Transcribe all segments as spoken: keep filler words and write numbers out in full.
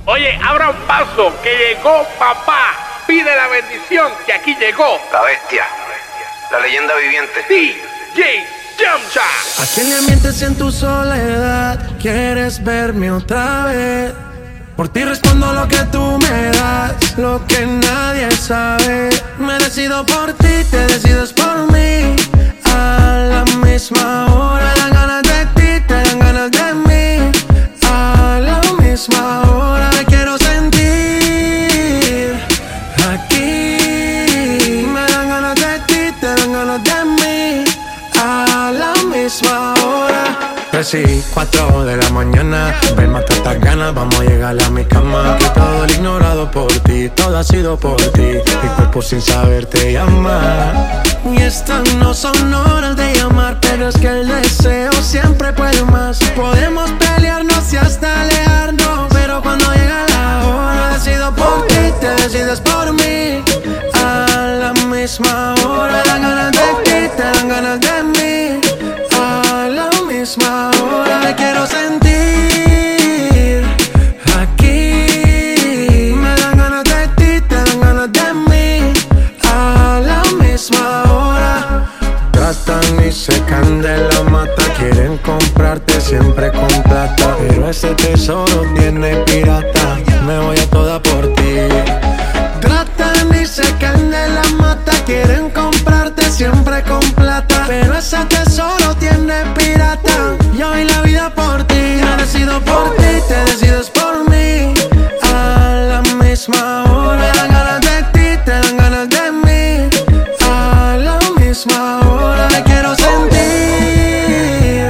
Oye, abran paso, que llegó papá. Pide la bendición, que aquí llegó la bestia, la leyenda viviente, D J Yamcha. ¿A quién le mientes en tu soledad? ¿Quieres verme otra vez? Por ti respondo lo que tú me das, lo que nadie sabe. Me decido por ti, te decides por mí. A la misma hora dan ganas de ti, te dan ganas de mí. A la misma hora me quiero sentir aquí. Me dan ganas de ti, te dan ganas de mí. A la misma hora. Tres y cuatro de la mañana, ven, mata estas ganas, vamos a llegar a mi cama. Aquí todo el ignorado por ti, todo ha sido por ti. Mi cuerpo sin saber te llama. Y estas no son horas de llamar, pero es que el deseo siempre puede más. Podemos pelearnos y hasta alejarnos, pero cuando llega la hora decido por ti, te decides por mí. A la misma hora dan ganas de ti, te dan ganas de mí. A la misma hora me quiero sentir aquí. Me dan ganas de ti, te dan ganas de mí. A la misma hora. Tratan y secan de la mata, quieren comprarte siempre con plata, pero ese tesoro tiene pirata. Me voy a toda por ti. Tratan y secan de la mata, quieren comprarte siempre con plata, pero ese tesoro tiene pirata. Yo doy la vida por ti, me decido por ti, te decides por mí. A la misma hora me dan ganas de ti, te dan ganas de mí. A la misma hora me quiero sentir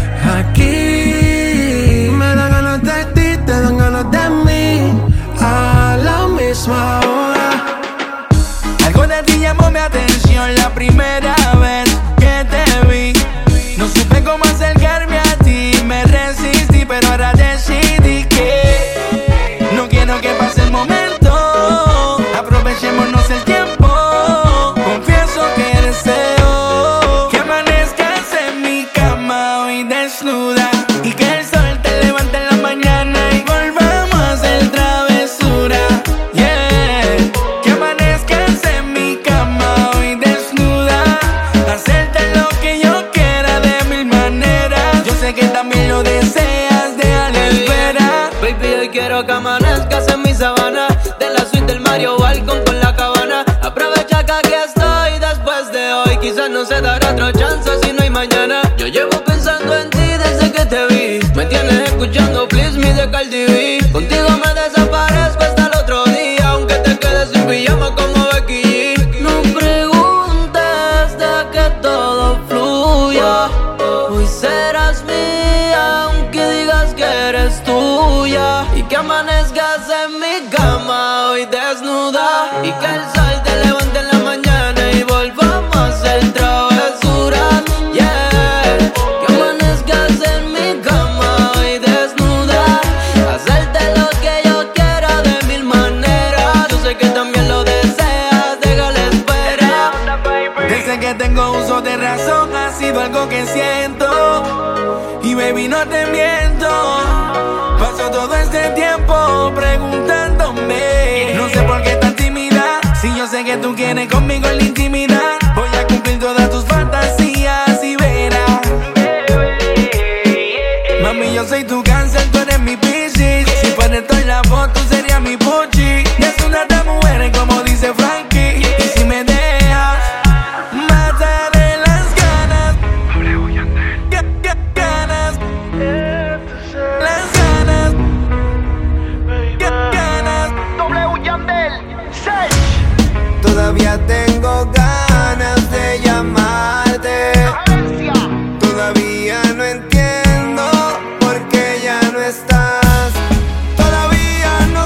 aquí. Me dan ganas de ti, te dan ganas de mí. A la misma hora. Algo de ti llamó mi atención la primera vez que te vi. No supe cómo acercarme a ti, me resistí, pero ahora decidí que no quiero que pase el momento. Aprovechémonos el tiempo. Confieso que deseo que amanezcas en mi cama hoy desnuda, y que el sol te levante en la mañana y volvamos a hacer travesura. Yeah, que amanezcas en mi cama hoy desnuda, hacerte lo que yo quiera de mil maneras. Yo sé que también lo deseas, déjale espera. Baby, hoy quiero que amanezcas en mi sabana, de la suite del Mario Balcón con la cabana. Aprovecha que aquí estoy después de hoy, quizás no se dará otra chance si no hay mañana. Yo llevo pensando en ti desde que te vi, me tienes escuchando Please Me de Cardi B. Contigo me desaparezco hasta el otro día, aunque te quedes sin pijama como Becky G. No preguntes, de que todo fluya. Hoy serás mía, aunque digas que eres tuya. Y que amanezcas en mi cama hoy desnuda, y que el sol te levante en la mañana y volvamos a hacer travesuras. Yeah, que amanezcas en mi cama hoy desnuda, hacerte lo que yo quiera de mil maneras. Yo sé que también lo deseas, déjale espera. Desde que tengo uso de razón ha sido algo que siento, y baby no te miento. Paso todo este tiempo preguntándome, no sé por qué tan tímida, si yo sé que tú quieres conmigo en la intimidad. Voy a cumplir todas tus fantasías y verás. Mami, yo soy tu cáncer, tú eres mi Piscis. Si pones todo en la foto sería mi Pucci. Y es una de mujeres como dice Frankie. Y si me dejas, mataré las ganas. Ga- ga- ganas. Las ganas. Ga- ganas. Todavía tengo ganas de llamarte. Todavía no entiendo por qué ya no estás. Todavía no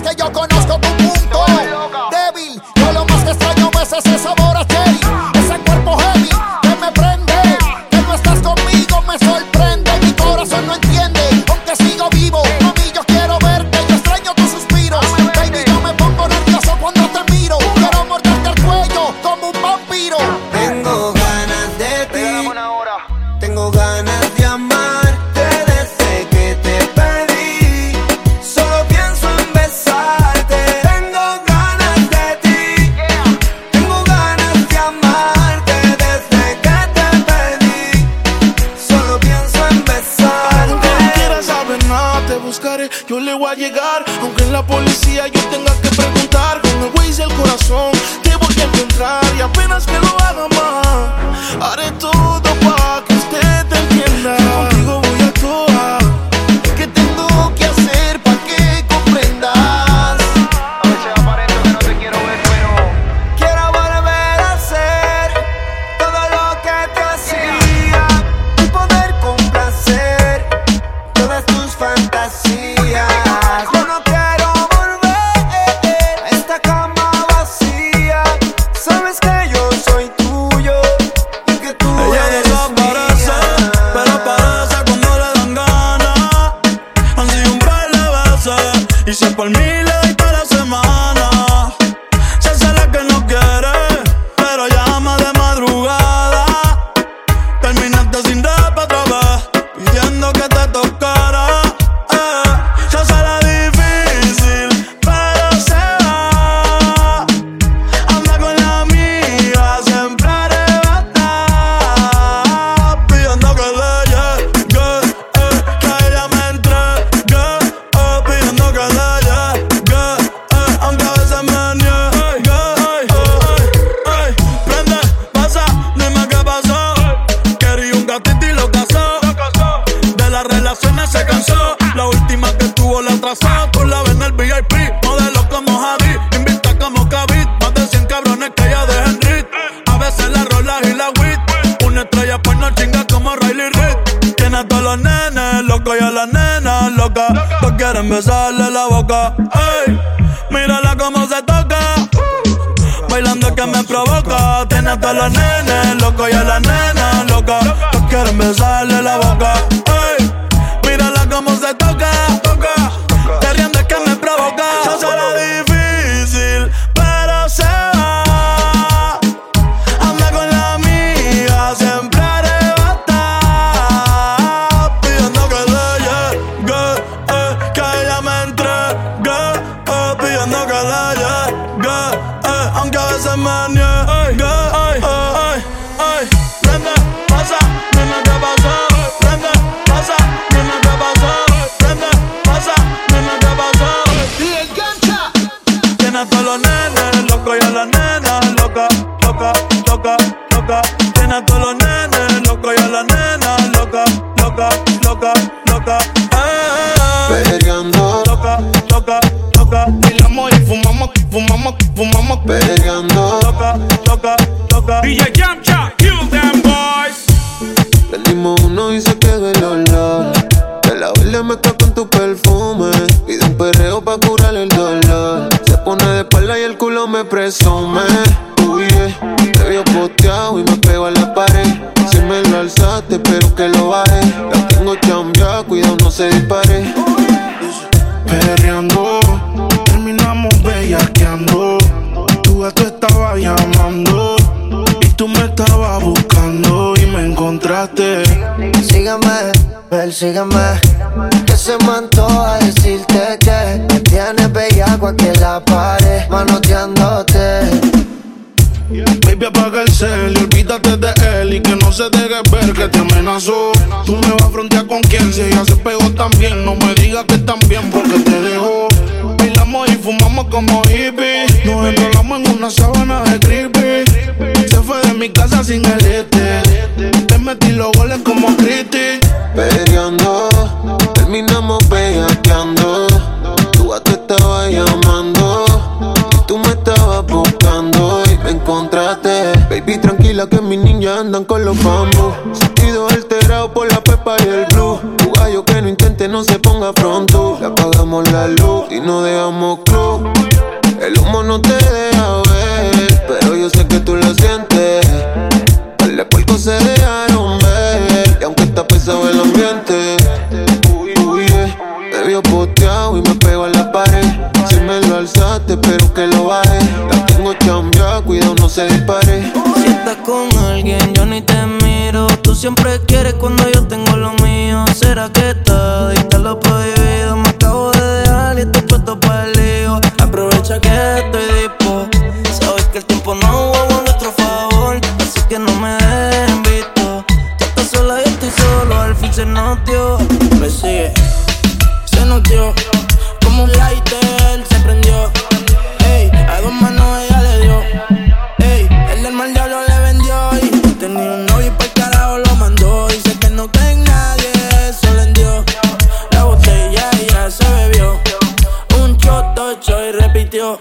que yo conozco tu punto débil. Yo lo más que extraño es ese sabor a cherry, ese cuerpo heavy que me prende. Que no estás conmigo me sorprende. Mi corazón no entiende, aunque sigo vivo. Mami, yo quiero verte, yo extraño tus suspiros. Baby, yo me pongo nervioso cuando te miro. Quiero morderte el cuello como un vampiro. Tengo ganas de ti, tengo ganas de amarte desde que te pedí. Solo pienso en besarte. Tengo ganas de ti, tengo ganas de amarte desde que te pedí. Solo pienso en besarte. Aunque no quieras saber nada, te buscaré, yo le voy a llegar. Aunque en la policía yo tenga que preguntar, con el Waze del corazón te voy a encontrar. Y apenas que lo haga más, haré todo para que usted te entienda. Contigo voy a actuar. ¿Qué tengo que hacer para que comprendas? A veces aparento que no te quiero ver, pero Quiero volver a hacer todo lo que te hacía y poder complacer todas tus fantasías. Yo no quiero volver a esta cama vacía. Sabes que yo soy tuyo y que tú Ella eres desaparece, mía. pero aparece cuando le dan ganas. Han sido un par de veces y si es por mí le doy toda la semana. Se hace la que no quiere, pero llama de madrugada. Terminaste sin rap otra vez, pidiendo que te tocara. Eh, se hace la difícil, pero se va. Anda con la amiga, siempre arrebata, pidiendo que le llegue, eh, que ella me entregue, eh, pidiendo que le llegue, eh, aunque a veces me niegue, eh, eh, prende, pasa, dime qué pasó. Quería un gatito y lo casó, de las relaciones se cansó. La última que tuvo la atrasó. Tú la ves en el V I P, modelo como Javi, invita como Kavit. Más de cien cabrones que ella deja en rit. A veces la rola y la wit. Una estrella pues no chinga como Riley Reid. Tiene a todos los nenes locos y a las nenas locas. Todos quieren besarle la boca. Ey, mírala como se toca. Bailando que me provoca. Tiene a todos los nenes locos y a las nenas locas. Todos quieren besarle la boca. Ey, mírala como se toca. Te riendo es que me provoca. Se hace la difícil, pero se va. Anda con la amiga, siempre arrebata, pidiendo que le llegue, eh, que ella me entregue, eh, pidiendo que le llegue, eh, aunque a veces me niegue, ay, ay, ay. Prende, pasa, dime qué pasó. Prende, pasa, dime qué pasó. Prende, pasa, dime qué pasó. Y el gancha. Tiene a todos los nenes locos y a las nenas locas, loca, loca, loca. Tiene a todos los nenes locos y a las nenas locas, loca, loca, loca. Eh, Peleando, loca, loca, loca. Bailamos y fumamos, fumamos, fumamos. peleando. Loca, loca, loca. D J Yamcha, kill them boys. Prendimos uno y se quedó el olor. De la verde mezcla con tu perfume. Pide un perreo pa' curar el dolor. Se pone de espalda y el culo me presume. Uy, yeah. Te vio posteado y me pego a la pared. Si me lo alzaste, espero que lo baje. La tengo chambeada, cuidado no se dispare. Perreando, terminamos bellaqueando. Tu gato estaba llamando y tú me estabas buscando y me encontraste. Sígueme, persígueme, que se me antoja decirte que me tienes bellaco aquí en la pared, manoteándote. Baby, apaga el cel y olvídate de él y que no se deje ver que te amenazó. Tú me vas a frontear con quien si ella se pegó también. No me digas que también porque te dejó. Bailamos y fumamos como hippies. Nos enrolamos en una sábana de creepy. Se fue de mi casa sin el este. Te metí los goles como Cristi. Peleando, terminamos bellaqueando. Tu gato estaba llamando y tú me estabas buscando y me encontraste. Baby, tranquila que mis ninjas andan con los bambú. Sentido alterado por la pepa y el blue. Tu gallo que no intente no se ponga pronto. Le apagamos apagamos la luz y no dejamos club. El humo no te deja ver, pero yo sé que tú lo sientes. Al puercos se dejaron ver, y aunque está pesado el ambiente, uy, uy, yeah. Me vio posteado y me pegó a la pared. Si me lo alzaste, espero que lo baje. La tengo chambeada, cuidado no se dispare. Si estás con alguien, yo ni te miro. Tú siempre quieres cuando yo tengo lo mío. ¿Será que está adicta a lo prohibido? Me acabo de dejar y estoy puesto para el lío. Aprovecha que estoy dispo. Sabes que el tiempo no jugó a nuestro favor, así que no me dejen visto. Tú estás sola y estoy solo, al fin se nos dio. Me sigue, se nos dio. Como un lighter se prendió. Ey, a dos manos ella le dio. Ey, el del mal diablo le vendió. Y tenía un novio y pa'l carajo lo mandó. Dice que no cree en nadie, eso le dio. La botella ya se bebió. Un shot, ocho y repitió.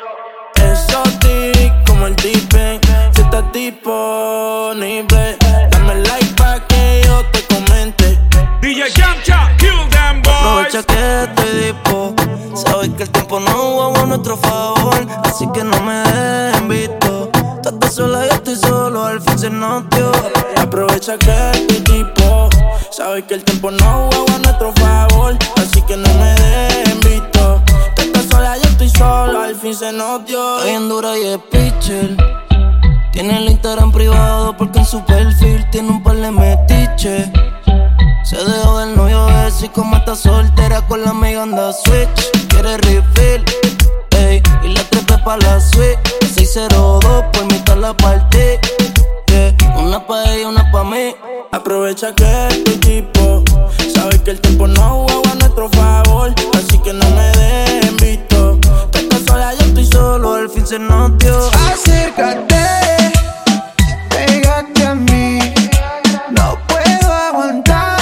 Exotic como el Tipen. Si estás disponible, dame like pa' que yo te comente. D J Yamcha, kill them boys. Aprovecha que estoy dispo. Sabes que el tiempo no jugó a nuestro favor, así que no me dejen visto. Tú estás sola y yo estoy solo, al fin se nos dio. Aprovecha que estoy dispo. Sabes que el tiempo no jugó a nuestro favor, así que no me dejen visto. Tú estás sola y yo estoy solo, al fin se nos dio. Estoy en dura y es pitcher. Tiene el Instagram privado porque en su perfil tiene un par de metiches. Se dejó del novio ese y como está soltera con la amiga anda switch. Quiere refill, ey, y la trepe pa' la suite. seis cero dos por mitad la partí, yeah. Una pa' ella, una pa' mí. Aprovecha que estoy tipo. Sabes que el tiempo no jugó a nuestro favor, así que no me dejen visto. Tú estás sola, yo estoy solo, al fin se nos dio. Acércate, pégate a mí. No puedo aguantar.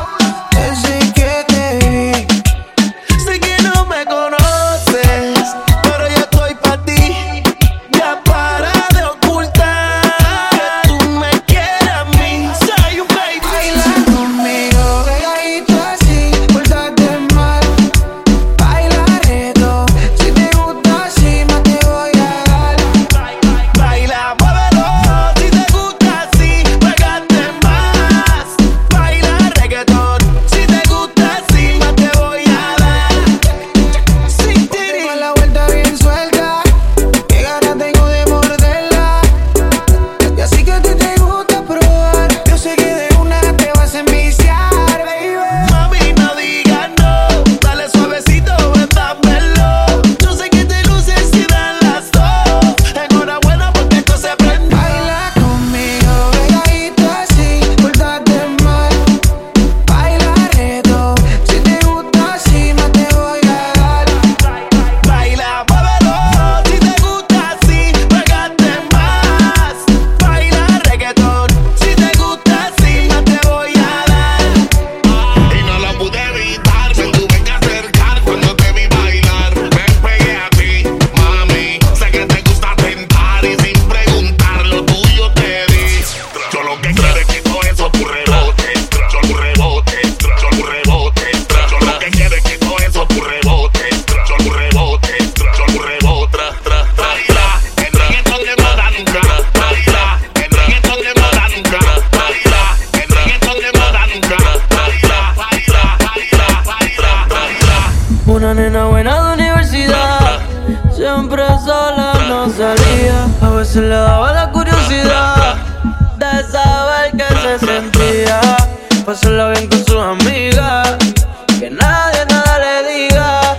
Una nena buena de universidad, siempre sola no salía. A veces le daba la curiosidad de saber qué se sentía. Pasarla bien con sus amigas, que nadie nada le diga.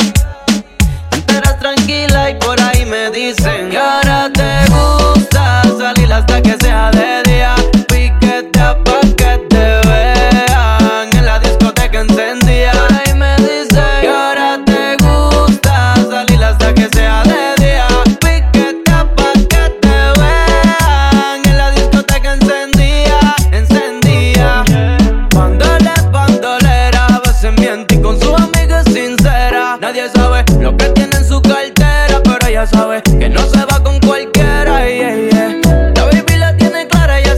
Enteras tranquila y por ahí me dicen que ahora te gusta salir hasta que sea de día. Piquetea pa' que te vean en la discoteca encendida. Por ahí me dicen que ahora te gusta salir hasta que sea de día. Piquetea pa' que te vean en la discoteca encendida, encendida. Bandolera, bandolera, a veces miente y con sus amigas es sincera. Nadie sabe lo que tiene en su cartera, pero ella sabe que no se va con cualquiera. Yeah, yeah. La baby la tiene clara, ella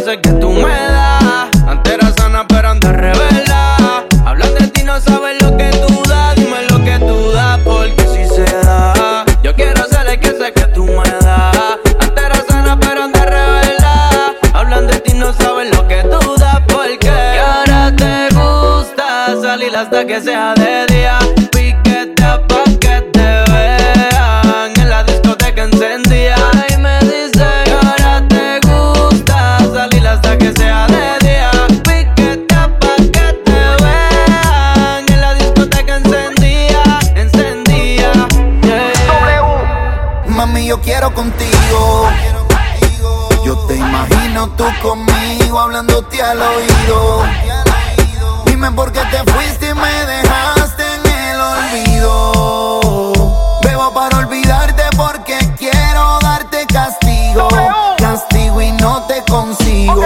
sé que tú me das. Antes era sana pero andas revela. Hablan de ti, no sabes lo que tú das. Dime lo que tú das, porque si se da. Yo quiero ser el que sé que tú me das. Antes era sana pero andas revela. Hablan de ti, no sabes lo que tú das, porque y ahora te gusta salir hasta que sea de día. Piquetea pa' que te vean en la discoteca encendida. Y me dicen que ahora te gusta salir hasta que sea de día. Piquetea pa' que te vean en la discoteca encendida, encendida, yeah. Mami, yo quiero contigo. Yo te imagino tú conmigo hablándote al oído. Dime por qué te fuiste y me dejaste en el olvido. Bebo para olvidarte porque quiero darte castigo. Castigo y no te consigo.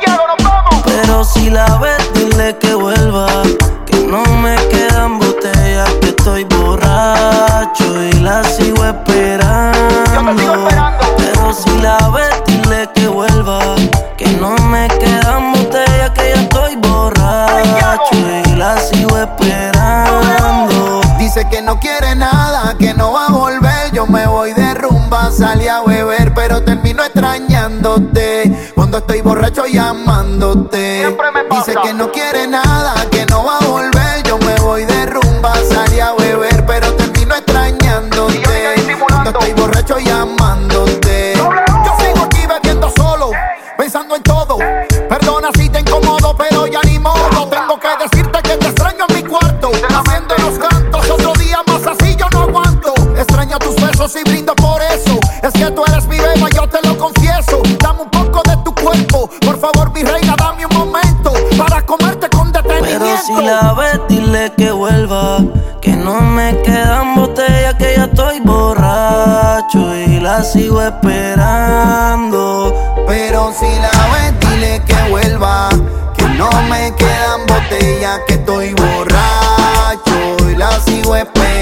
Pero si la ves, dile que vuelva. Que no me quedan botellas, que estoy borracho y la sigo esperando. Pero si la ves, dile que vuelva. Que no me quedan botellas, que ya estoy borracho y la sigo esperando. Dice que no quiere nada, que no va a volver. Yo me voy de rumba, salí a beber, pero termino extrañándote. Cuando estoy borracho llamándote. Dice que no quiere nada, que no va a volver. Yo me voy de rumba, salí a beber, pero termino extrañándote. Cuando estoy borracho llamándote. Yo sigo aquí bebiendo solo, pensando en todo. Perdona si te incomodo, pero ya ni modo. Tengo que decirte que te extraño en mi cuarto, haciendo los cantos. Otro día más así yo no aguanto. Extraño tus besos y brindo por eso. Es que tú eres mi beba, yo te lo confieso. Dame un poco de tu cuerpo, por favor, mi reina, dame un momento para comerte con detenimiento. Pero si la ves, dile que vuelva. Que no me quedan botellas, que ya estoy borracho y la sigo esperando. Pero si la ves, dile que vuelva. Que no me quedan botellas, que estoy borracho y la sigo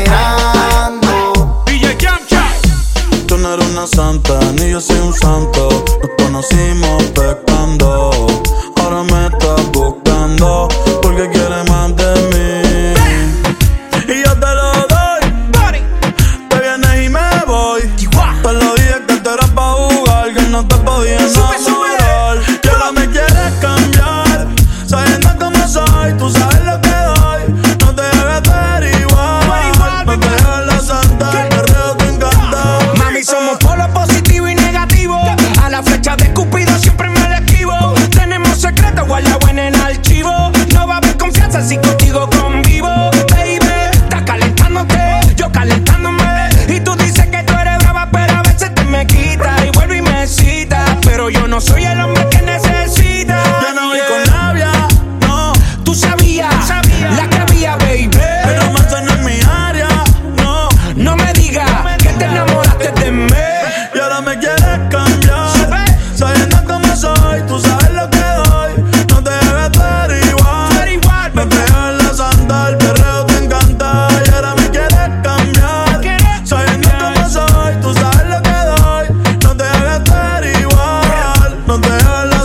esperando. D J Yamcha. Tú no eres una santa, ni yo soy un santo. Nos conocimos pecando. Ahora me estás buscando porque quieres más de mí. Y yo te lo doy. Te vienes y me voy. Te lo dije que te era pa' jugar, que no te podía enamorar. Que ahora me quieres cambiar, sabiendo cómo soy. Tú sabes lo que doy. No te debes ver igual. No te dejes la santa, el perreo te encanta. Mami, somos polo positivo y negativo. A la flecha de Cupido siempre me la esquivo. Tenemos secretos guardados en el archivo. No va a haber confianza si contigo convivo. Baby, estás calentándote, yo calentándome. Y tú dices que tú eres brava, pero a veces te me quitas y vuelve y me cita. Pero yo no soy el hombre que necesita. Yo no voy con rabia, no. Tú sabías, la que había, baby. Pero más no es mi área, no. No me digas que te enamoraste de mí. Y ahora me quieres cambiar, sabiendo cómo soy. Tú sabes lo que doy. No te debes ver igual. Me pegas en la santa, el perreo te encanta. Y ahora me quieres cambiar, sabiendo cómo soy. Tú sabes lo que doy. No te debes ver igual. No te dejes la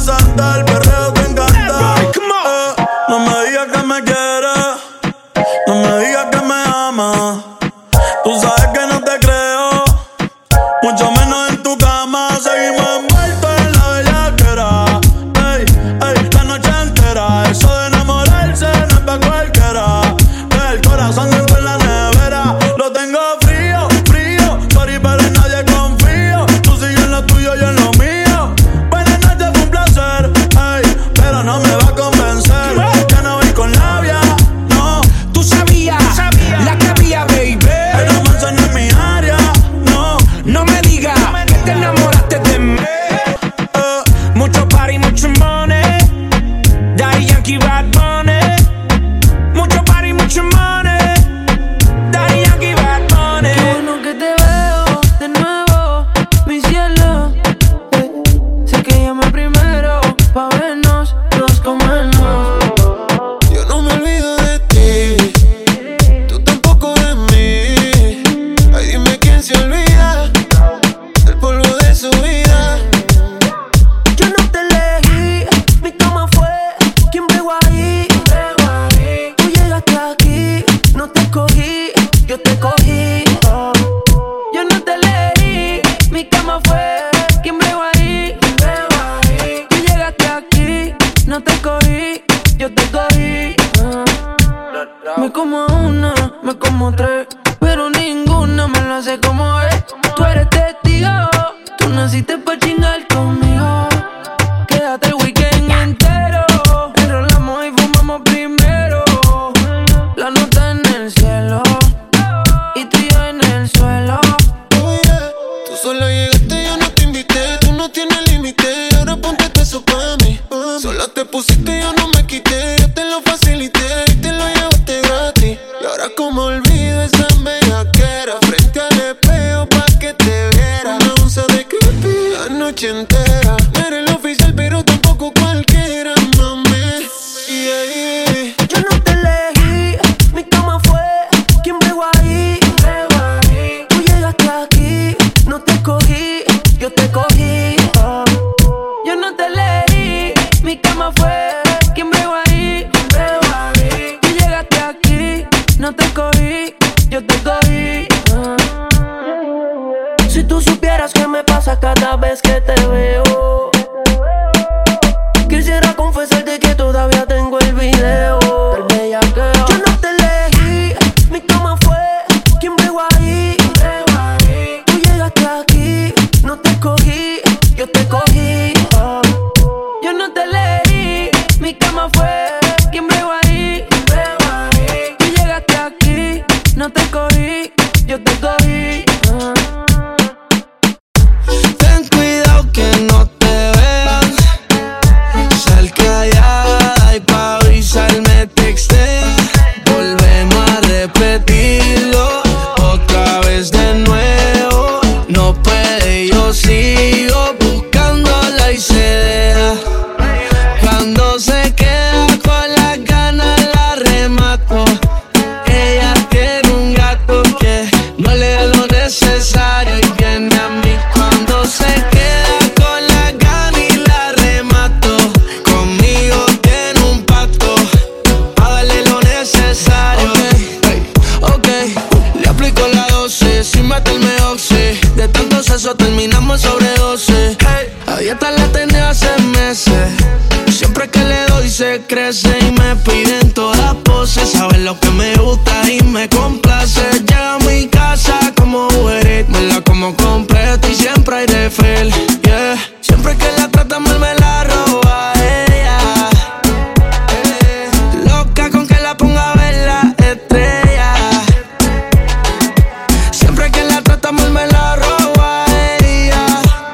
te pusiste yo no me quité. Yo te lo facilité y te lo llevaste gratis. Y ahora como olvido esa bellaquera, frente al espejo pa' que te viera. Una onza de creepy la noche entera. No eres el oficial pero tampoco cualquiera, mami. Yeah, yeah. Yo no te elegí, mi cama fue quien bregó ahí. Tú llegaste aquí, no te escogí, yo te cogí. Oh. Yo no te elegí, mi cama fue quien bregó ahí. Tú llegaste aquí, no te escogí, yo te cogí. Oh. Si tú supieras qué me pasa cada vez que te veo, quisiera confesarte que todavía tengo el video del bellaqueo. Yo no te elegí, mi cama fue quien bregó ahí. Tú llegaste aquí, no te escogí, yo te cogí. Oh. Yo no te elegí, mi cama fue quien bregó ahí. Tú llegaste aquí, no te escogí, yo te cogí. Oh. Ten cuidado que no te vean. Sal callada y pa' avisarme texté. Volvemos a repetirlo otra vez de nuevo. No puede, yo sigo buscándola y se deja. Cuando se queda con las ganas la remato. Ella tiene un gato que no le da lo necesario y viene a mí cuando se queda con las ganas y la remato. Conmigo tiene un pacto pa' darle lo necesario. Ok, ok, le aplico la dosis sin meterme oxi. De tanto sexo terminamos sobre doce. A dieta la tenía hace meses. Siempre que le doy se crece y me piden todas poses. Sabe lo que me gusta y me complace. Llega a mi casa como Uber Eats, me la como completa y siempre hay refill. Yeah. Siempre que la trata mal me la roba ella. Eh. Loca con que la ponga a ver la estrella. Siempre que la trata mal me la roba ella.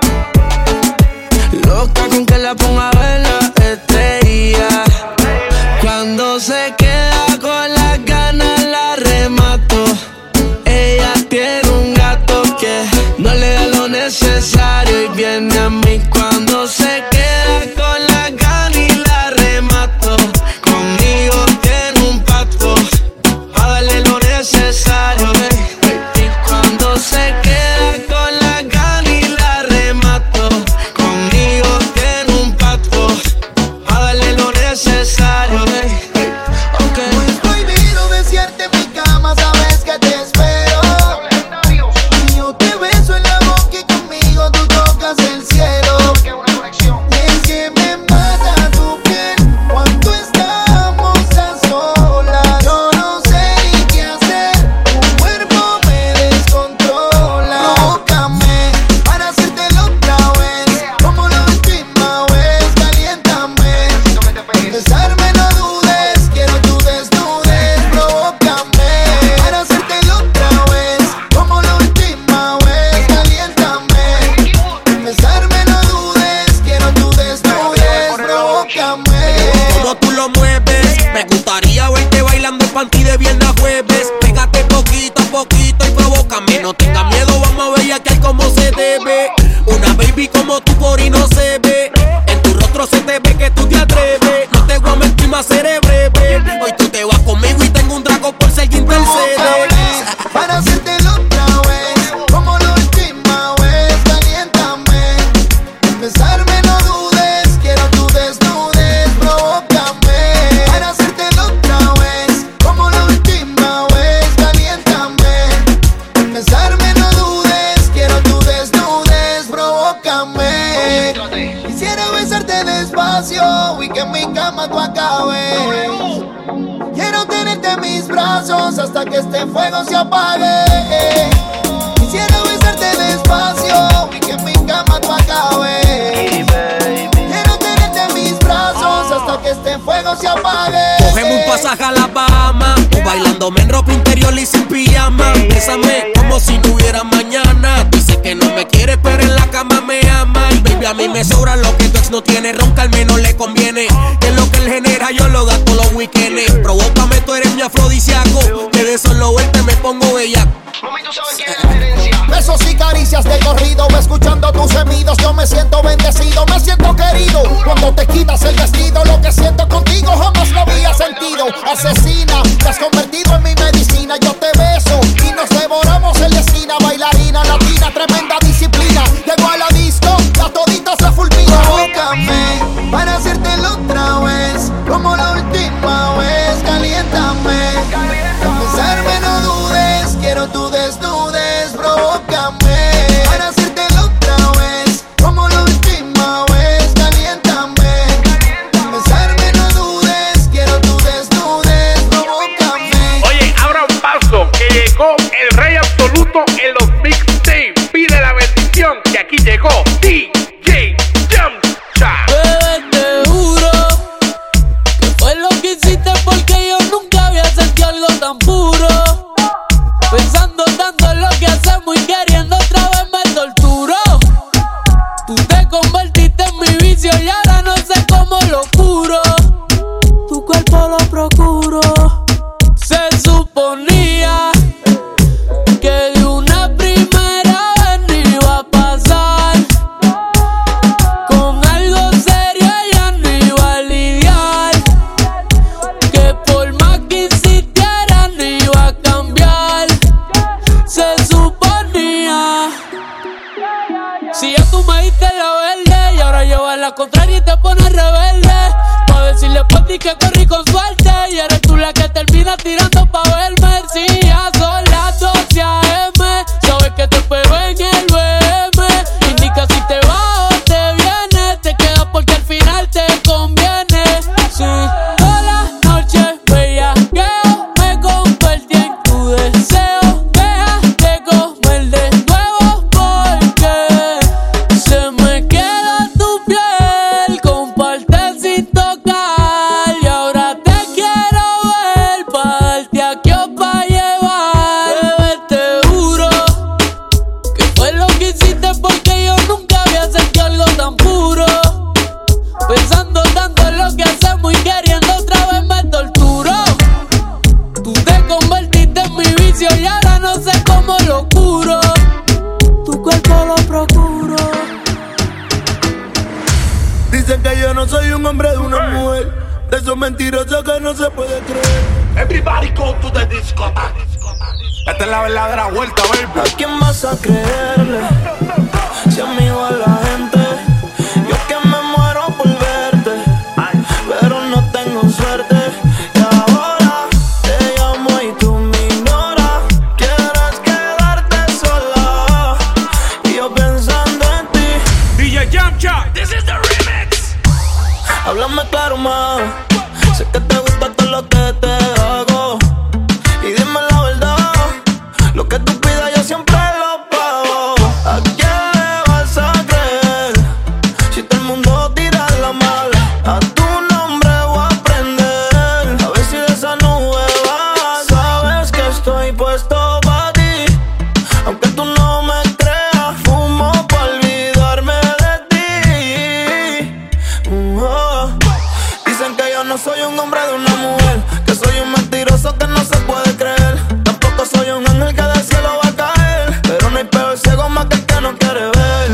Loca con que la ponga a ver la estrella. Cuando se queda con las ganas la remato. Ella tiene un gato que no le da lo necesario y viene a mí cuando se queda con las ganas y la remato. Conmigo tiene un pacto pa' darle lo necesario. Y cuando se queda con las ganas y la remato. Conmigo tiene un pacto pa' darle lo necesario. Okay. No es prohibido decirte en mi cama, sabes que te espero. Y yo te beso en la boca y conmigo tú tocas el cielo. Y es que me mata tu piel cuando estamos a solas. Yo no sé ni qué hacer, tu cuerpo me descontrola. Provócame para hacértelo otra vez, como la última vez, caliéntame. Besarme no dudes, quiero tu desnudez. Provócame para hacértelo otra vez, como la última vez, caliéntame. Besarme no dudes, quiero tu desnudez. Provócame. Como tú lo mueves, me gustaría verte bailando en panty de viernes a jueves. Pégate poquito a poquito y provócame. No tengas miedo, vamos a ver aquí como se debe. Una baby como tú por ahí no se ve. En tu rostro se te ve que tú te atreves. No te voy a mentir, más seré breve. Hoy tú te vas conmigo y tengo un drago por ser quien intercede. Para hacértelo otra vez, como la última vez, caliéntame. Besarme no dudes, quiero tu desnudez. Provócame para hacértelo otra vez, como la última vez, caliéntame. Besarme no dudes, quiero tu desnudez. Provócame. Quisiera besarte despacio y que en mi cama tú acabes. Quiero tenerte en mis brazos hasta que este fuego se apague. Quisiera besarte despacio y que en mi cama tú acabes. Quiero tenerte en mis brazos hasta que este fuego se apague. Cogemos un pasaje a la Bahama, tú bailándome en ropa interior y sin pijama. Bésame como si no hubiera mañana. Dice que no me quiere pero en la cama me ama. Y baby a mí me sobra lo que tú ex no tiene, ronca al menos le conviene. Que es lo que él genera, yo lo gasto los weekends. Provócame, tú eres mi afrodisíaco, que de solo verte me pongo bellaco. Mami, tú sabes quién es la herencia. Besos y caricias de corrido, escuchando tus gemidos, yo me siento bendecido, me siento querido. Cuando te quitas el vestido, lo que siento contigo jamás lo había sentido. Asesina, te has convertido en mi medicina, yo te beso y nos devoramos en la esquina. Bailarina latina, tremenda disciplina. Llego a la disco, a toditos se fulmina. Provócame para hacértelo otra vez, como la última vez. Caliéntame, besarme no dudes, quiero tu desnudes. Provócame para hacértelo otra vez, como la última vez. Caliéntame, besarme no dudes, quiero tu desnudes. Provócame. Oye, abra un paso, que llegó el rey absoluto en los mixtapes. Pide la bendición, que aquí llegó D J Yamcha. Bebé, te juro que fue lo que hiciste, porque yo nunca había sentido algo tan puro. Pensando tanto en lo que hacemos y queriendo otra vez me torturo. Tú te convertiste en mi vicio y ahora no sé cómo lo curo. Tu cuerpo lo procuro. Se suponía que de una primera vez no iba a pasar. Con algo serio ya no iba a lidiar. Que por más que insistiera no iba a cambiar. Se suponía. Si ya tú me diste la verde y ahora llevas la contraria y te pones rebelde, pa' decirle pues di que corrí con suerte y eres tú la que termina tirando pa' verme. Si ya son las doce a eme, sabes que te pego en el B M. Indica si te vas o te vienes, te quedas porque al final te conviene. Si toda la noche bellaqueo, me convertí en tu deseo. Déjate comer de nuevo porque se me queda tu piel, comparte sin tocar. Y ahora te quiero ver, pa' darte aquí o pa' llevar. Bebé, te juro que fue lo que hiciste, porque yo nunca había sentido algo tan puro. Pensando tanto en lo que hacemos y queriendo otra vez me torturo. Tú te convertiste en mi vicio y ahora no sé cómo lo curo. Tu cuerpo lo procuro. Dicen que yo no soy un hombre de una mujer, de esos mentirosos que no se puede creer. Everybody go to the discotheque. Esta es la verdadera vuelta, baby. ¿A quién vas a creerle? Si amigo a la gente, yo que me muero por verte, pero no tengo suerte. Y ahora te llamo y tú me ignoras. Quieres quedarte sola y yo pensando en ti. D J Yamcha, this is the remix. Háblame claro más, sé que te gusta todo lo que te hago. Y dime la verdad, lo que tú pidas yo siempre lo pago. ¿A quién le vas a creer si todo el mundo tira la mala? A tu nombre voy a aprender, a ver si de esa nube vas. Sabes que estoy puesto pa' ti, aunque tú no me creas. Fumo pa' olvidarme de ti. Mm, oh. Dicen que yo no soy un hombre de una mujer, que soy un mentiroso que no se puede creer. Tampoco soy un ángel que del cielo va a caer, pero no hay peor ciego más que el que no quiere ver.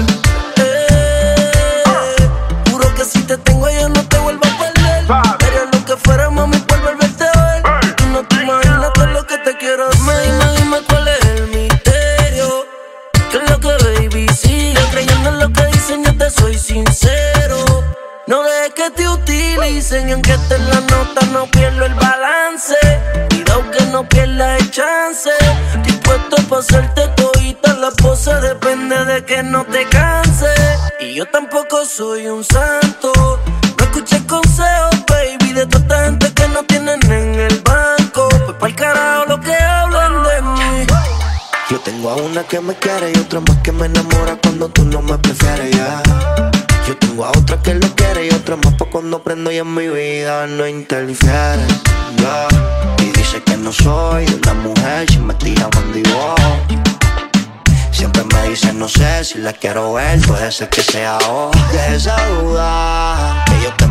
Eh, juro que si te tengo yo no te vuelvo a perder. Haría lo que fuera, mami, por volverte a ver. Tú no te imaginas todo lo que te quiero hacer. Dime, dime, dime cuál es el misterio. ¿Qué es lo que baby sigue creyendo en lo que dicen? Yo te soy sincero. No dejes que te utilicen y aunque esté en la nota no pierdo el balance. Cuidado que no pierdas el chance. Dispuesto pa' hacerte todita la pose, depende de que no te canses. Y yo tampoco soy un santo, no escuches consejos, baby, de toda esta gente que no tienen en el banco. Pues pa'l carajo lo que hablan de mí. Yo tengo a una que me quiere y otra más que me enamora cuando tú no me prefieres ya. Yo tengo a otra que lo quiere y otra más pa' cuando prendo y en mi vida no interfiere, yeah. Y dice que no soy de una mujer si me tira bandido. Siempre me dice no sé si la quiero ver, puede ser que sea hoy. De esa duda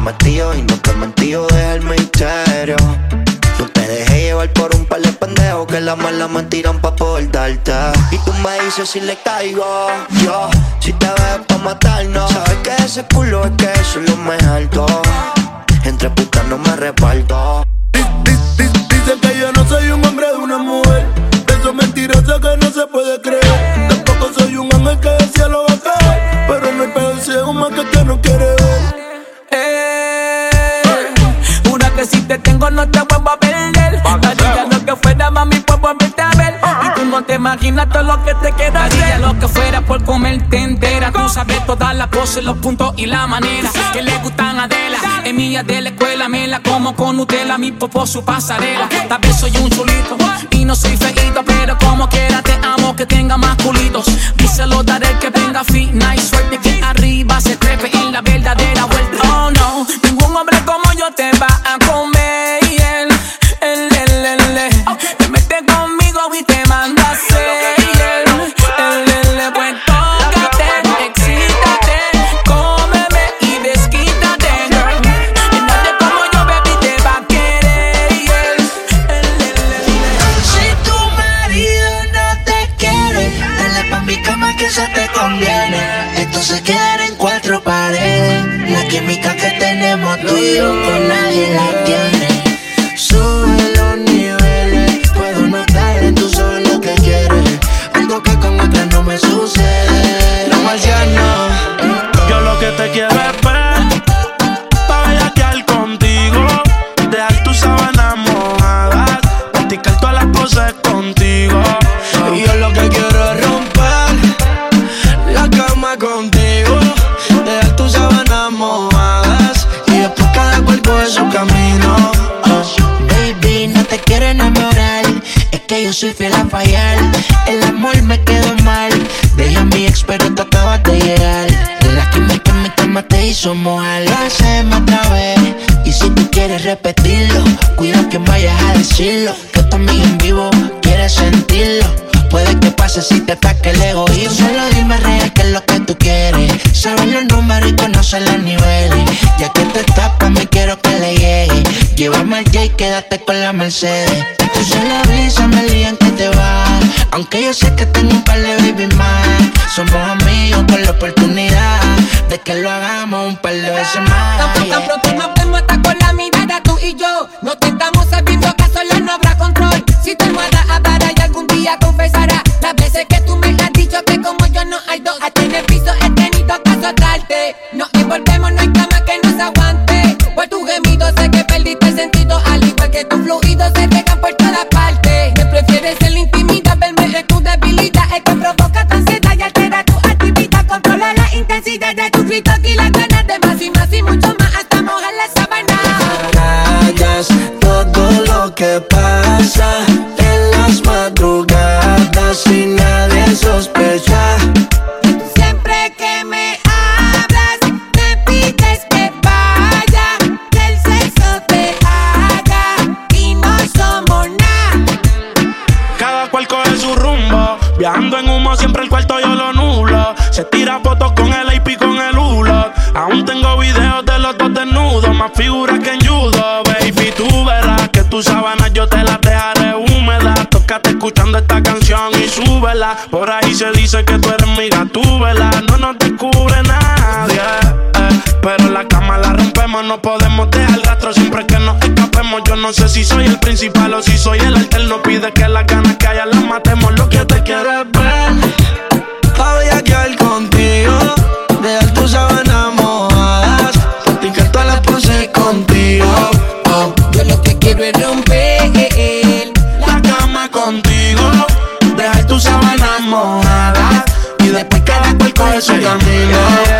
metido y no te he mentido, deja el misterio. No te dejé llevar por un par de pendejos que las malas me tiran pa' poder darte. Y tú me dices si le caigo yo, si te ves pa' matarnos. Sabes que ese culo es que eso es lo mejor todo. Entre putas no me reparto. Dicen que yo no soy un hombre de una mujer. Eso es mentiroso que no se puede creer. Tampoco soy un ángel que del cielo va a caer. Pero no hay peor ciego más que que no quiere ver. Eh, Jura que si te tengo no te vuelvo a perder. Haría lo que fuera, mami, pues volverte a ver. Y tú no te imaginas todo lo que te queda hacer. Haría lo que fuera por comerte entera. Tú sabes todas las poses, los puntos y la manera que le gustan a Adela. Es mía de la escuela, me la como con Nutella. Mi popó su pasarela. Tal vez soy un chulito y no soy feíto, pero como quiera te amo, que tenga más culitos. Díselo, daré el que venga fina y suerte, que arriba se trepe en la verdadera vuelta. Oh no, ningún hombre como yo te va a comer. El, el, el, el, el. Te metes conmigo y te manda a hacer. El, el, el, pues tócate, excítate, cómeme y desquítate, girl. Y nadie como yo, baby, te va a querer. El, el, el, el. Si tu marido no te quiere, dale pa' mi cama que eso te conviene. Esto se quedará en cuatro paredes. La química que tenemos tú y yo con nadie la tiene. Sube los niveles, puedo notar en tus ojos lo que quieres. Algo que con otras no me sucede. No más ya no. Yo lo que te quiero es ver, pa' bellaquear contigo, dejar tus sábanas mojadas, practicar todas las poses contigo. Y yo lo que quiero es romper la cama contigo, dejar tus sábanas mojadas y después cada cual coge su camino. Oh, baby, no te quiero enamorar, es que yo soy fiel a fallar. El amor me quedó mal, dejé a mi ex pero tú acabas de llegar. La química en mi cama te hizo mojar. Lo hacemos otra vez y si tú quieres repetirlo, cuida que vayas a decirlo, que tu amiga en vivo quiere sentirlo. Puede que pase si te ataque el egoísmo. Solo dime real qué es lo que tú quieres. Sabes los números y conoces los niveles. Ya que te tapas me quiero que le llegue. Llévame al J y quédate con la Mercedes. Tú solo avísame el día en que te vas. Aunque yo sé que tengo un par de baby más. Somos amigos con la oportunidad de que lo hagamos un par de veces más. Tan, tan pronto nos vemos hasta con la mirada tú y yo. No te estamos sabiendo que solo no habrá control. Si tu almohada hablará y algún día confesará las veces que tú me has dicho que como yo no hay dos. Hasta en el piso he tenido que azotarte. Nos envolvemos, no hay cama que nos aguante. Por tu gemido sé que perdiste el sentido, al igual que tus fluidos se regan por todas partes. Me prefieres en la intimidad, verme en tu debilidad. Es que provoca tu ansiedad y altera tu actividad. Controla la intensidad de tus gritos y las ganas de más y más y mucho más hasta mojar la sábana. Callas todo lo que pasa en las madrugadas y nadie sospecha. Siempre que me hablas, me pides que vaya, que el sexo te haga y no somos nada. Cada cual coge su rumbo, viajando en humo siempre el cuarto yo lo nulo. Se tira fotos con el A P con el Hulo. Aún tengo videos de los dos desnudos, más figuras que en judo. Baby, tú verás que tus sábanas yo te las dejaré húmedas. Tócate escuchando esta canción y súbela. Por ahí se dice que tú eres mi gatúbela. No nos descubre nadie, eh, pero en la cama la rompemos. No podemos dejar rastro siempre que nos escapemos. Yo no sé si soy el principal o si soy el alterno. Pide que las ganas que haya las matemos. Lo que te quiero es ver, pa' bellaquear contigo, dejar tus sábanas mojadas, practicar todas las poses contigo. Oh, yo lo que quiero es romper la cama contigo, dejar tus sábanas mojadas y después cada cual coge su camino.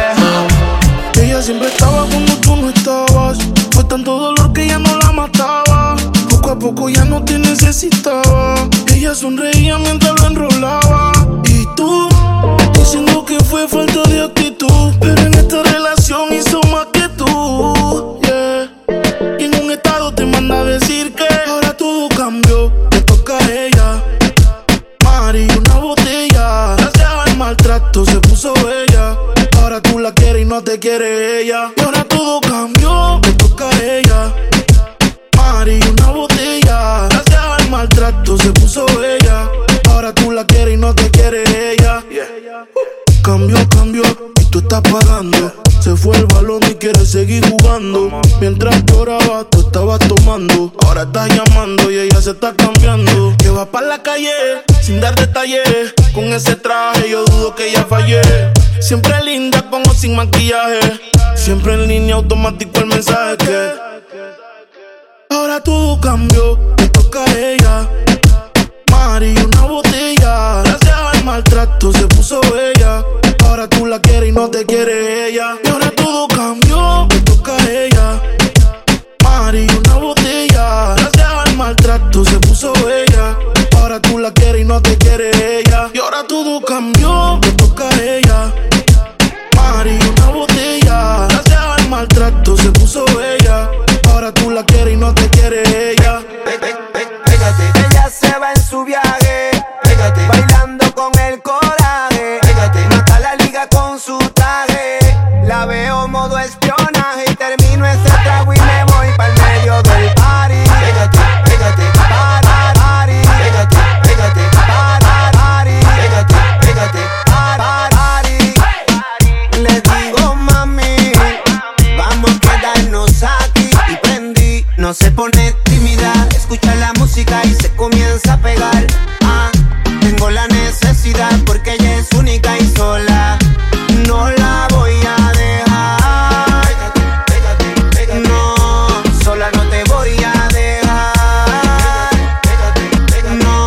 Oh. Ella siempre estaba cuando tú no estabas. Fue tanto dolor que ya no la mataba. Poco a poco ya no te necesitaba. Ella sonreía mientras lo enrolaba. Y tú, diciendo que fue falta de actitud, pero en esta relación hizo más que tú, yeah. Y en un estado te manda a decir que ahora todo cambió, te toca a ella. Mari, una botella, gracias al maltrato se puso bella. Ahora tú la quieres y no te quiere ella. Y ahora todo cambió, me toca a ella. Mari, una botella. Gracias al maltrato se puso bella. Ahora tú la quieres y no te quiere ella. Yeah. Cambió, cambió y tú estás pagando. Se fue el balón y quiere seguir jugando. Mientras lloraba, tú estabas tomando. Ahora estás llamando y ella se está cambiando. Que va para la calle sin dar detalles. Con ese traje yo dudo que ella fallé. Siempre linda con o sin maquillaje. Siempre en línea automático el mensaje que ahora todo cambió, me toca a ella. Mari, una botella. Gracias al maltrato se puso bella. Ahora tú la quieres y no te quiere ella. Y ahora todo cambió, me toca a ella. Mari, una botella. Gracias al maltrato se puso bella. Ahora tú la quieres y no te quiere ella. Y ahora todo cambió, me toca a ella. Mari, una botella. Gracias al maltrato se puso bella. Ahora tú la quieres y no te quiere ella. Pégate, ella se va en su viaje. Pégate, bailando con el coraje. Pégate, mata la liga con su traje. La veo modo espionaje y termino ese trago y me voy pa'l medio del party. Pégate, pégate, para, party. Pégate, pégate, para, party. Pégate, pégate, para, party. Les digo mami, vamos a quedarnos aquí y prendí. No se pone tímida, escucha la música y se comienza a pegar. Ah, tengo la necesidad porque ella es única y sola. No la voy a dejar. Pégate, pégate, pégate. No, sola no te voy a dejar. Pégate, pégate. No,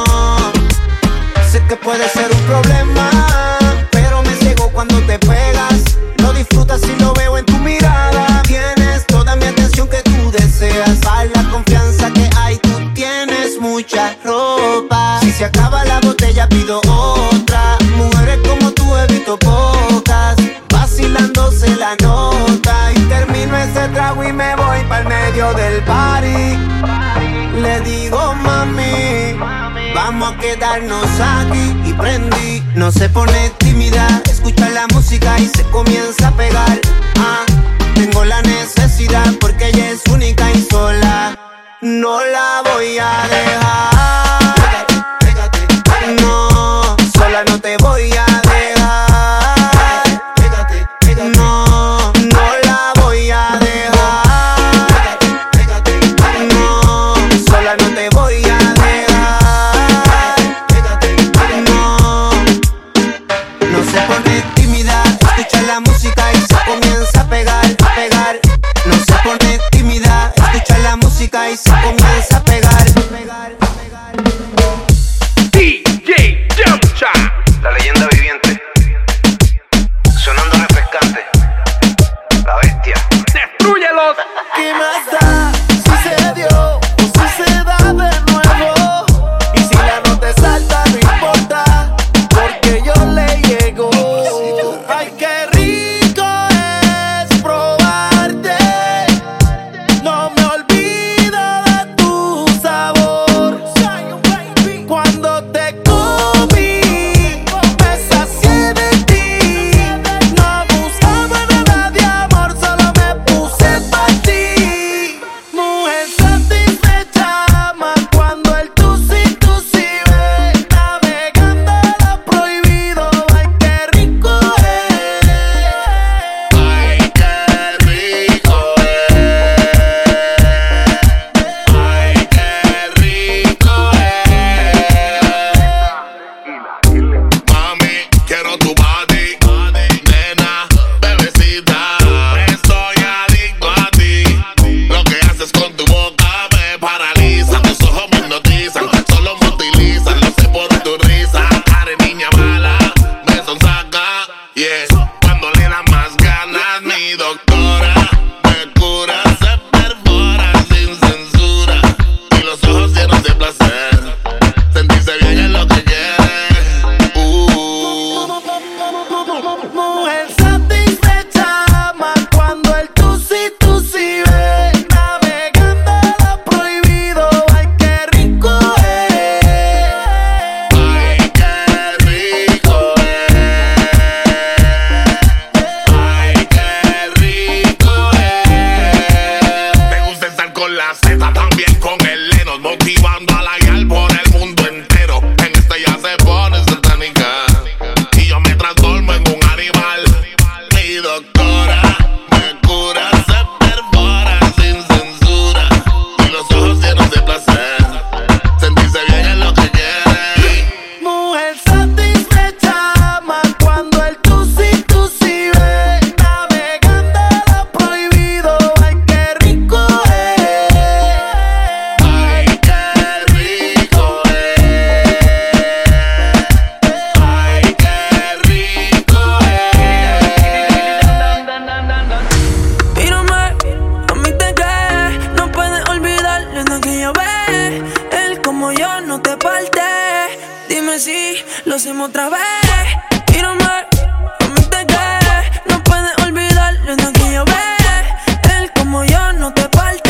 sé que puede ser un problema, pero me ciego cuando te pegas. Lo disfrutas y lo veo en tu mirada. Tienes toda mi atención que tú deseas. Para la confianza que hay, tú tienes mucha ropa. Si se acaba la botella pido otra. Mujeres como tú he visto pocas. Vacilándose la nota. Y termino ese trago y me voy pa'l medio del party. Le digo mami, vamos a quedarnos aquí y prendí. No se pone tímida, escucha la música y se comienza a pegar. Ah, tengo la necesidad porque ella es única y sola. No la voy a dejar. Pégate, pégate. No, sola no te voy a dejar. Pégate, pégate. No, no la voy a dejar. Pégate, pégate. No, sola no te voy a dejar. Pégate, pégate. No, no se pone tímida, escucha la música y se comienza a pegar, a pegar. No se pone la Z, también con el Lenos, motivando a la yal por el mundo entero. En este ya se pone satánica y yo me transformo en un animal. Mi doctora me cura, se perfora sin censura y los ojos llenos de placer. Sentirse bien es lo que quiere. Mujer satisfecha, más cuando el tú sí, tú sí ve. Navegando lo prohibido, ay qué rico es. Ay, qué rico es. Ay, qué rico es. Mírame, a mí te cae, no puedes olvidar lo aquella vez. Él como yo no te parte. Dime si lo hacemos otra vez. Mírame, a mí te cae, no puedes olvidar lo aquella vez. Él como yo no te parte.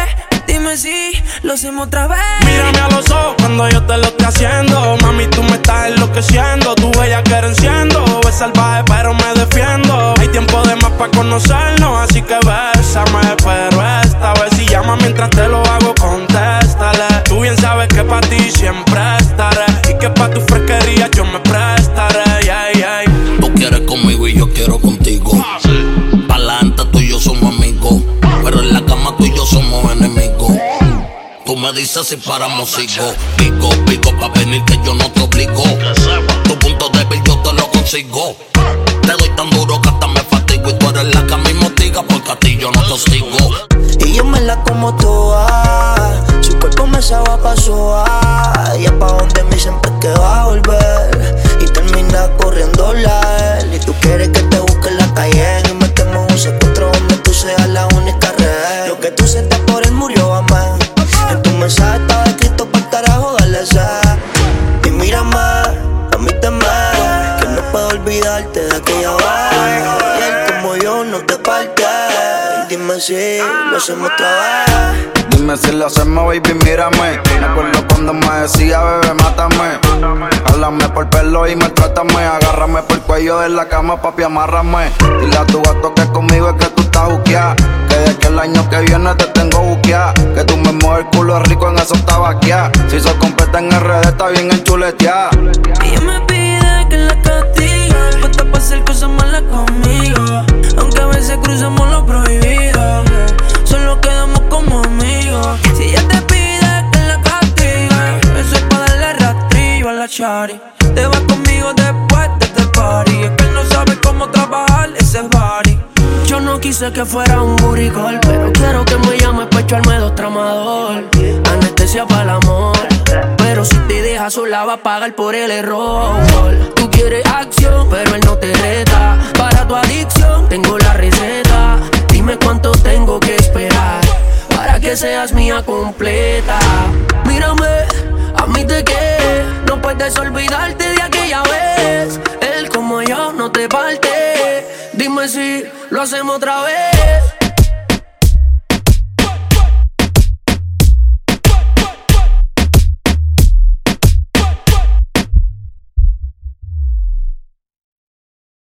Dime si lo hacemos otra vez. Mírame a los ojos cuando yo te lo estoy haciendo. Mami, tú me estás enloqueciendo. Tu bella que enciendo. Es salvaje pero me defiendo. Hay tiempo de más para conocernos, así que bésame. Pero esta vez si llamas mientras te lo hago, contéstale. Tú bien sabes que pa' ti siempre estaré y que pa' tu fresquería yo me prestaré. Yeah, yeah. Tú quieres conmigo y yo quiero contigo. Pa'lante tú y yo somos amigos, pero en la cama tú y yo somos enemigos. Tú me dices si paramos sigo. Pico, pico pa' venir que yo no te obligo. Tu punto débil yo te lo consigo. Te doy tan duro que hasta me fatigo y tú eres la que a mí motiga porque a ti yo no te hostigo. Y yo me la como toda, su cuerpo me sabe pa' soa. Y es pa' donde mí siempre que va a volver y termina corriendo la él. Y tú quieres que te busque en la calle y metemos un secuestro donde tú seas la única red. Lo que tú sientas por él murió, amén. En tu mensaje estaba escrito para el carajo, dale sed. Y mírame, a mí te me, que no puedo olvidarte de aquella vez. Y él como yo no te parte. Dime si lo hacemos otra vez. Dime si lo hacemos, baby, mírame. Me acuerdo cuando me decía, bebé, mátame. Háblame por pelo y maltrátame. Agárrame por el cuello de la cama, papi, amárrame. Dile a tu gato que conmigo es que tú estás juqueada. Que de que el año que viene te tengo buqueada. Que tú me mueves el culo rico en eso tabaqueada. Si sos completa en R D está bien enchuleteada. Ella me pide que la castigue, puesta pa' hacer cosas malas conmigo. Aunque a veces cruzamos lo prohibido, solo quedamos como amigos. Si ella te pide que la castigue, eso es pa' darle rastrillo a la chari. Te vas conmigo después de este party. Es que él no sabe cómo trabajar ese body. Yo no quise que fuera un buricol, pero quiero que me llames pa' echarme dos tramador. Anestesia para el amor, pero si te deja sola va a pagar por el error. Tú quieres acción, pero él no te reta. Para tu adicción tengo la receta. Dime cuánto tengo que esperar para que seas mía completa. Mírame, a mí te quedé, no puedes olvidarte de aquella vez. Él como yo no te parte. Dime si lo hacemos otra vez.